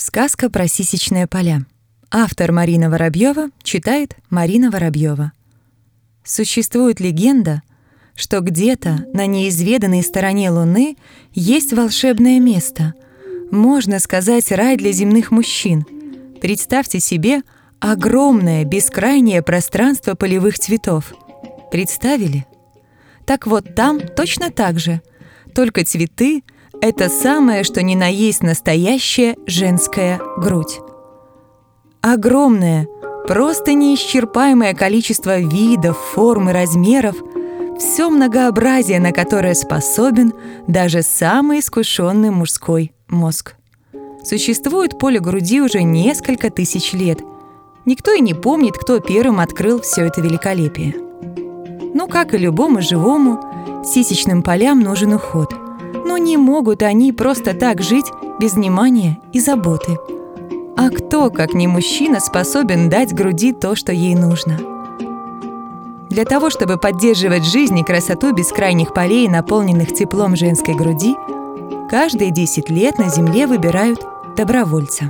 Сказка про сисечные поля. Автор Марина Воробьева, читает Марина Воробьева. Существует легенда, что где-то на неизведанной стороне Луны есть волшебное место. Можно сказать, рай для земных мужчин. Представьте себе огромное бескрайнее пространство полевых цветов. Представили? Так вот там точно так же. Только цветы — это самое, что ни на есть настоящая женская грудь. Огромное, просто неисчерпаемое количество видов, форм и размеров, все многообразие, на которое способен даже самый искушенный мужской мозг. Существует поле груди уже несколько тысяч лет. Никто и не помнит, кто первым открыл все это великолепие. Ну, как и любому живому, сисечным полям нужен уход. Но не могут они просто так жить без внимания и заботы. А кто, как не мужчина, способен дать груди то, что ей нужно? Для того, чтобы поддерживать жизнь и красоту бескрайних полей, наполненных теплом женской груди, каждые 10 лет на Земле выбирают добровольца.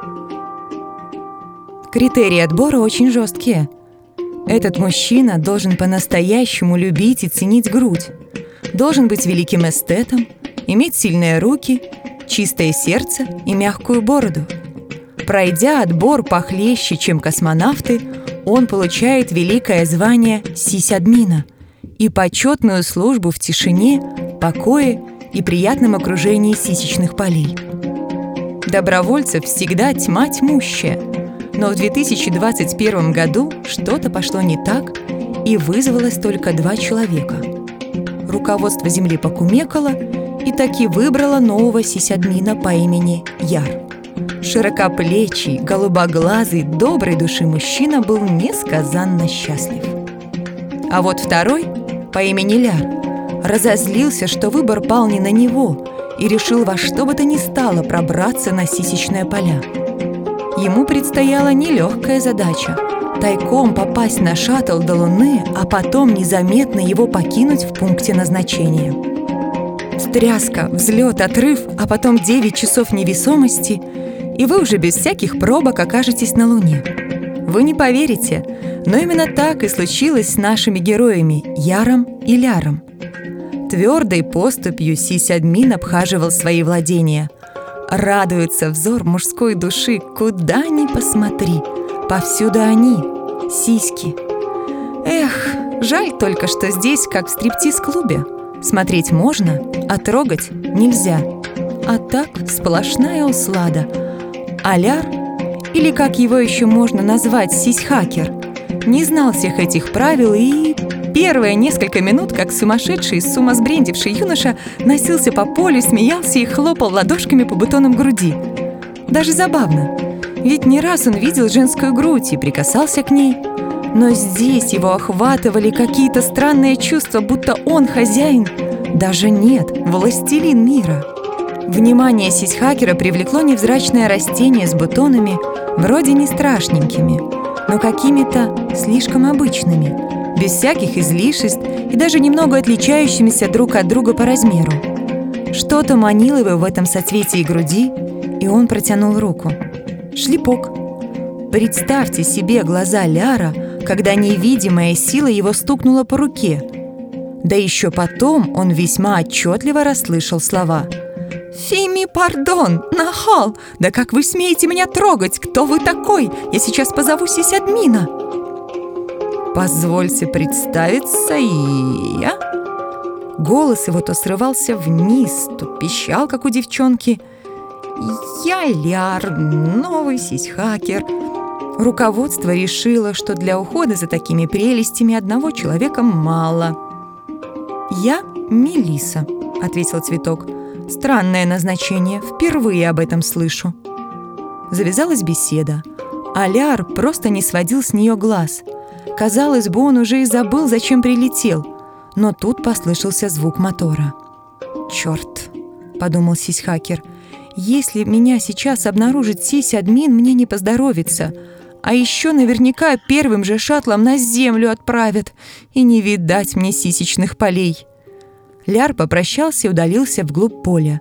Критерии отбора очень жесткие. Этот мужчина должен по-настоящему любить и ценить грудь, должен быть великим эстетом, иметь сильные руки, чистое сердце и мягкую бороду. Пройдя отбор похлеще, чем космонавты, он получает великое звание сись-админа и почетную службу в тишине, покое и приятном окружении сисечных полей. Добровольцев всегда тьма тьмущая, но в 2021 году что-то пошло не так, и вызвалось только 2 человека. Руководство Земли покумекало и таки выбрало нового сись-админа по имени Яр. Широкоплечий, голубоглазый, доброй души мужчина был несказанно счастлив. А вот второй, по имени Ляр, разозлился, что выбор пал не на него, и решил во что бы то ни стало пробраться на сисечные поля. Ему предстояла нелегкая задача – тайком попасть на шаттл до Луны, а потом незаметно его покинуть в пункте назначения. Встряска, взлет, отрыв, а потом 9 часов невесомости – и вы уже без всяких пробок окажетесь на Луне. Вы не поверите, но именно так и случилось с нашими героями Яром и Ляром. Твердой поступью сись-админ обхаживал свои владения. Радуется взор мужской души, куда ни посмотри. Повсюду они, сиськи. Эх, жаль только, что здесь как в стриптиз-клубе. Смотреть можно, а трогать нельзя. А так сплошная услада. А Ляр, или как его еще можно назвать, сись-хакер, не знал всех этих правил и первые несколько минут, как сумасшедший, сумасбрендивший юноша, носился по полю, смеялся и хлопал ладошками по бутонам груди. Даже забавно, ведь не раз он видел женскую грудь и прикасался к ней. Но здесь его охватывали какие-то странные чувства, будто он хозяин, даже нет, властелин мира. Внимание сись-хакера привлекло невзрачное растение с бутонами, вроде не страшненькими, но какими-то слишком обычными, без всяких излишеств и даже немного отличающимися друг от друга по размеру. Что-то манило его в этом соцветии груди, и он протянул руку. Шлепок. Представьте себе глаза Ляра, когда невидимая сила его стукнула по руке. Да еще потом он весьма отчетливо расслышал слова: «Фими, пардон, нахал! Да как вы смеете меня трогать? Кто вы такой? Я сейчас позову сись-админа!» «Позвольте представиться, я...» Голос его то срывался вниз, то пищал, как у девчонки. «Я Ляр, новый сись-хакер». Руководство решило, что для ухода за такими прелестями одного человека мало. «Я Мелисса», — ответил цветок. «Странное назначение, впервые об этом слышу». Завязалась беседа, а Ляр просто не сводил с нее глаз. Казалось бы, он уже и забыл, зачем прилетел, но тут послышался звук мотора. «Черт», — подумал сись-хакер, — «если меня сейчас обнаружит сись-админ, мне не поздоровится, а еще наверняка первым же шаттлом на Землю отправят, и не видать мне сисечных полей». Ляр попрощался и удалился вглубь поля.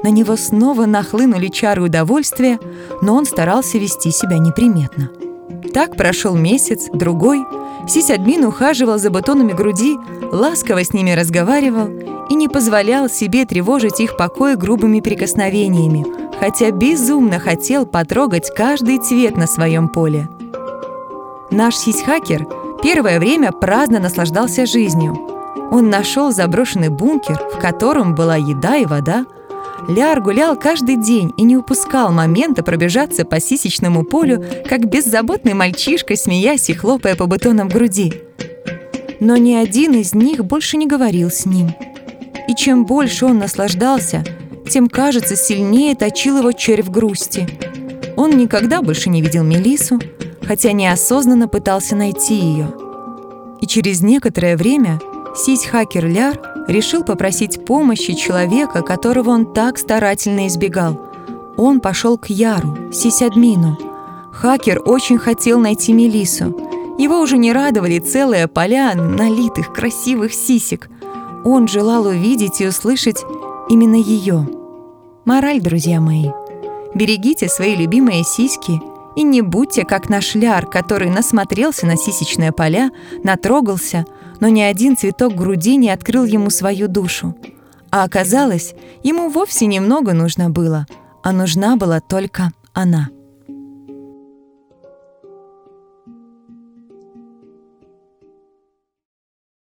На него снова нахлынули чары удовольствия, но он старался вести себя неприметно. Так прошел месяц, другой. Сись-админ ухаживал за бутонами груди, ласково с ними разговаривал и не позволял себе тревожить их покой грубыми прикосновениями, хотя безумно хотел потрогать каждый цвет на своем поле. Наш сись-хакер первое время праздно наслаждался жизнью. Он нашел заброшенный бункер, в котором была еда и вода. Ляр гулял каждый день и не упускал момента пробежаться по сисечному полю, как беззаботный мальчишка, смеясь и хлопая по бутонам груди. Но ни один из них больше не говорил с ним. И чем больше он наслаждался, тем, кажется, сильнее точил его червь грусти. Он никогда больше не видел Мелиссу, хотя неосознанно пытался найти ее. И через некоторое время сись-хакер Ляр решил попросить помощи человека, которого он так старательно избегал. Он пошел к Яру, сись-админу. Хакер очень хотел найти Мелиссу. Его уже не радовали целые поля налитых красивых сисек. Он желал увидеть и услышать именно ее. Мораль, друзья мои: берегите свои любимые сиськи и не будьте как наш Ляр, который насмотрелся на сисечные поля, натрогался, но ни один цветок груди не открыл ему свою душу. А оказалось, ему вовсе немного нужно было, а нужна была только она.